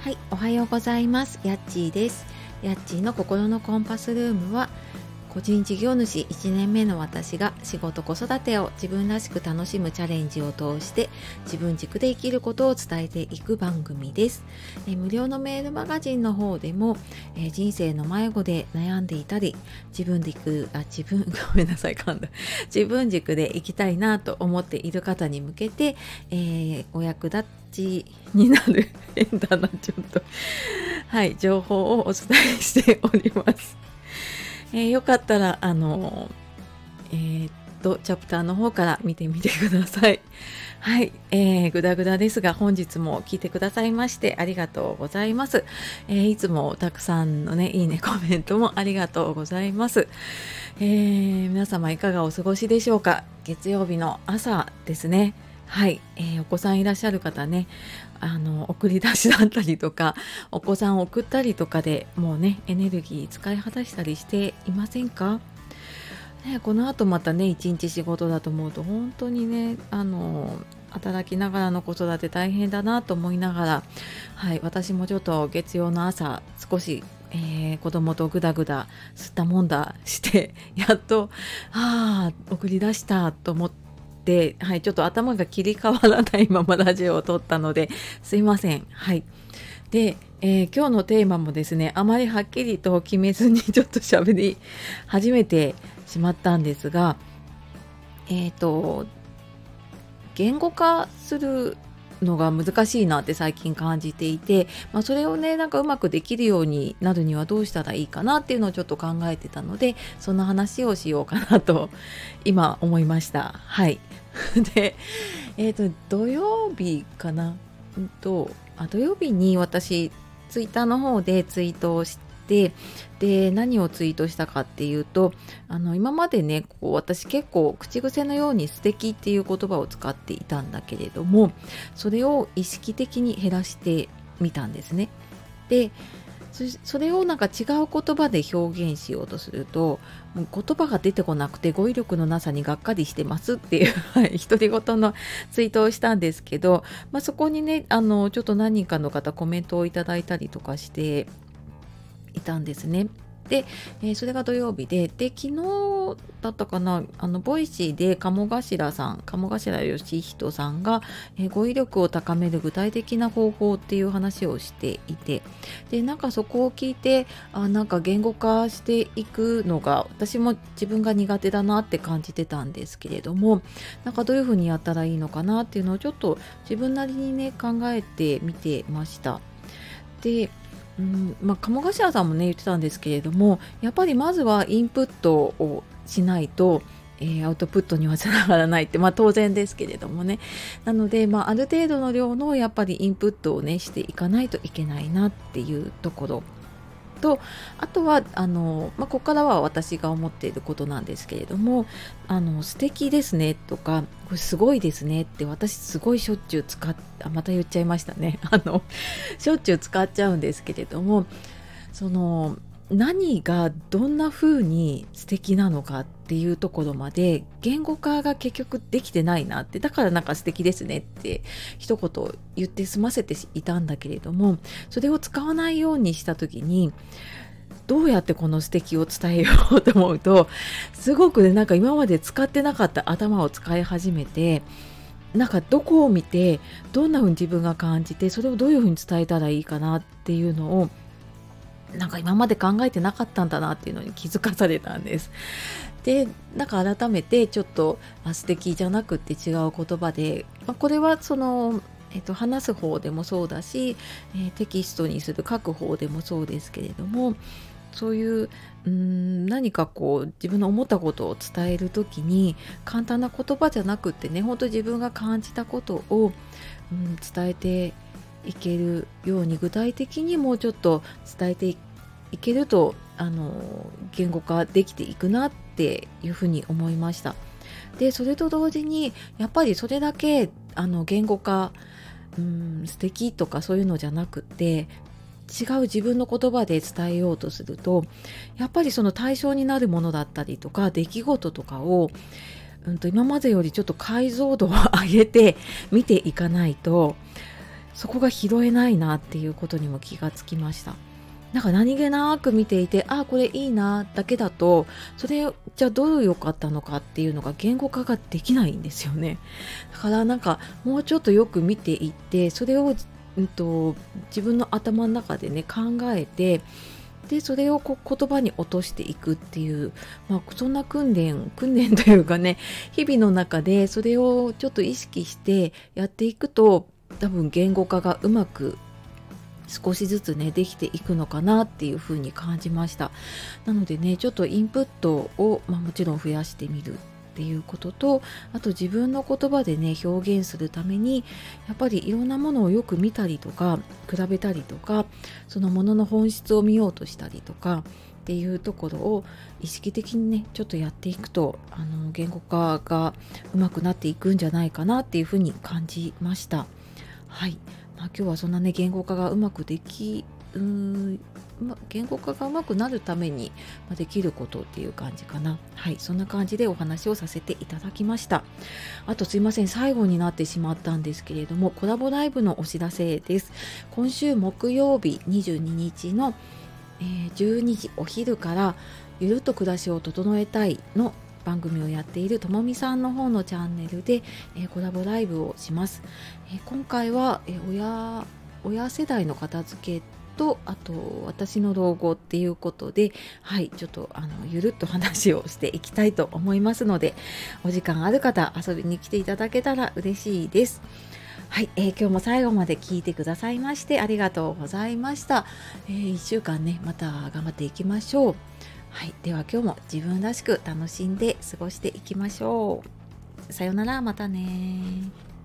はい、おはようございます。やっちーです。やっちーの心のコンパスルームは、個人事業主1年目の私が仕事子育てを自分らしく楽しむチャレンジを通して自分軸で生きることを伝えていく番組です。無料のメールマガジンの方でも、人生の迷子で悩んでいたり、自分軸で生きたいなと思っている方に向けて、お役立ちになる変だなちょっとはい情報をお伝えしております。よかったらチャプターの方から見てみてください。はい、グダグダですが本日も聞いてくださいましてありがとうございます。いつもたくさんのねいいねコメントもありがとうございます。皆様いかがお過ごしでしょうか。月曜日の朝ですね。はい、お子さんいらっしゃる方ね、送り出しだったりとかお子さんを送ったりとかでもうねエネルギー使い果たしたりしていませんか、この後またね一日仕事だと思うと本当にね働きながらの子育て大変だなと思いながら、はい、私もちょっと月曜の朝少し子供とグダグダ吸ったもんだしてやっと送り出したと思って、はい、ちょっと頭が切り替わらないままラジオを撮ったのですいません。はい。で、今日のテーマもですねあまりはっきりと決めずにちょっと喋り始めてしまったんですが、言語化するのが難しいなって最近感じていて、それをねなんかうまくできるようになるにはどうしたらいいかなっていうのをちょっと考えてたのでそんな話をしようかなと今思いました。はいで、土曜日かな土曜日に私ツイッターの方でツイートをしてで何をツイートしたかっていうと今までね私結構口癖のように素敵っていう言葉を使っていたんだけれどもそれを意識的に減らしてみたんですね。でそれをなんか違う言葉で表現しようとするともう言葉が出てこなくて語彙力のなさにがっかりしてますっていう独り言のツイートをしたんですけど、そこにねちょっと何人かの方コメントをいただいたりとかしていたんですね。で、それが土曜日で昨日だったかなボイシーで鴨頭義人さんが、語彙力を高める具体的な方法っていう話をしていてでなんかそこを聞いてなんか言語化していくのが私も自分が苦手だなって感じてたんですけれどもなんかどういうふうにやったらいいのかなっていうのをちょっと自分なりにね考えてみてました。で鴨頭さんもね言ってたんですけれどもやっぱりまずはインプットをしないと、アウトプットにはつながらないって当然ですけれどもねなので、ある程度の量のやっぱりインプットをねしていかないといけないなっていうところとあとはここからは私が思っていることなんですけれども素敵ですねとかこれすごいですねって私すごいしょっちゅうまた言っちゃいましたねしょっちゅう使っちゃうんですけれども何がどんな風に素敵なのかっていうところまで言語化が結局できてないなってだからなんか素敵ですねって一言言って済ませていたんだけれどもそれを使わないようにした時にどうやってこの素敵を伝えようと思うとすごくねなんか今まで使ってなかった頭を使い始めてなんかどこを見てどんな風に自分が感じてそれをどういう風に伝えたらいいかなっていうのをなんか今まで考えてなかったんだなっていうのに気づかされたんです。でなんか改めてちょっと素敵じゃなくって違う言葉で、これは話す方でもそうだし、テキストにする書く方でもそうですけれどもそういう何か自分の思ったことを伝えるときに簡単な言葉じゃなくってね本当に自分が感じたことを、伝えていけるように具体的にもうちょっと伝えていけると言語化できていくなっていうふうに思いました。でそれと同時にやっぱりそれだけ言語化素敵とかそういうのじゃなくって違う自分の言葉で伝えようとするとやっぱりその対象になるものだったりとか出来事とかを、今までよりちょっと解像度を上げて見ていかないとそこが拾えないなっていうことにも気がつきました。なんか何気なく見ていて、あ、これいいなだけだと、それじゃあどう良かったのかっていうのが言語化ができないんですよね。だからなんかもうちょっとよく見ていって、それを、自分の頭の中でね考えて、でそれを言葉に落としていくっていう、そんな訓練というかね、日々の中でそれをちょっと意識してやっていくと、多分言語化がうまく少しずつねできていくのかなっていうふうに感じました。なのでね、ちょっとインプットを、もちろん増やしてみるっていうことと、あと自分の言葉でね表現するために、やっぱりいろんなものをよく見たりとか比べたりとか、そのものの本質を見ようとしたりとかっていうところを意識的にねちょっとやっていくと、言語化がうまくなっていくんじゃないかなっていうふうに感じました。はい、今日はそんなね言語化がうまくできうーん言語化がうまくなるために、できることっていう感じかな。はい、そんな感じでお話をさせていただきました。あとすいません、最後になってしまったんですけれども、コラボライブのお知らせです。今週木曜日22日の、12時お昼から、ゆるっと暮らしを整えたいの番組をやっているともみさんの方のチャンネルで、コラボライブをします。今回は、親世代の片付けと、あと私の老後っていうことで、はい、ちょっとゆるっと話をしていきたいと思いますので、お時間ある方遊びに来ていただけたら嬉しいです。はい、今日も最後まで聞いてくださいましてありがとうございました。1週間ねまた頑張っていきましょう。はい、では今日も自分らしく楽しんで過ごしていきましょう。さようなら、またね。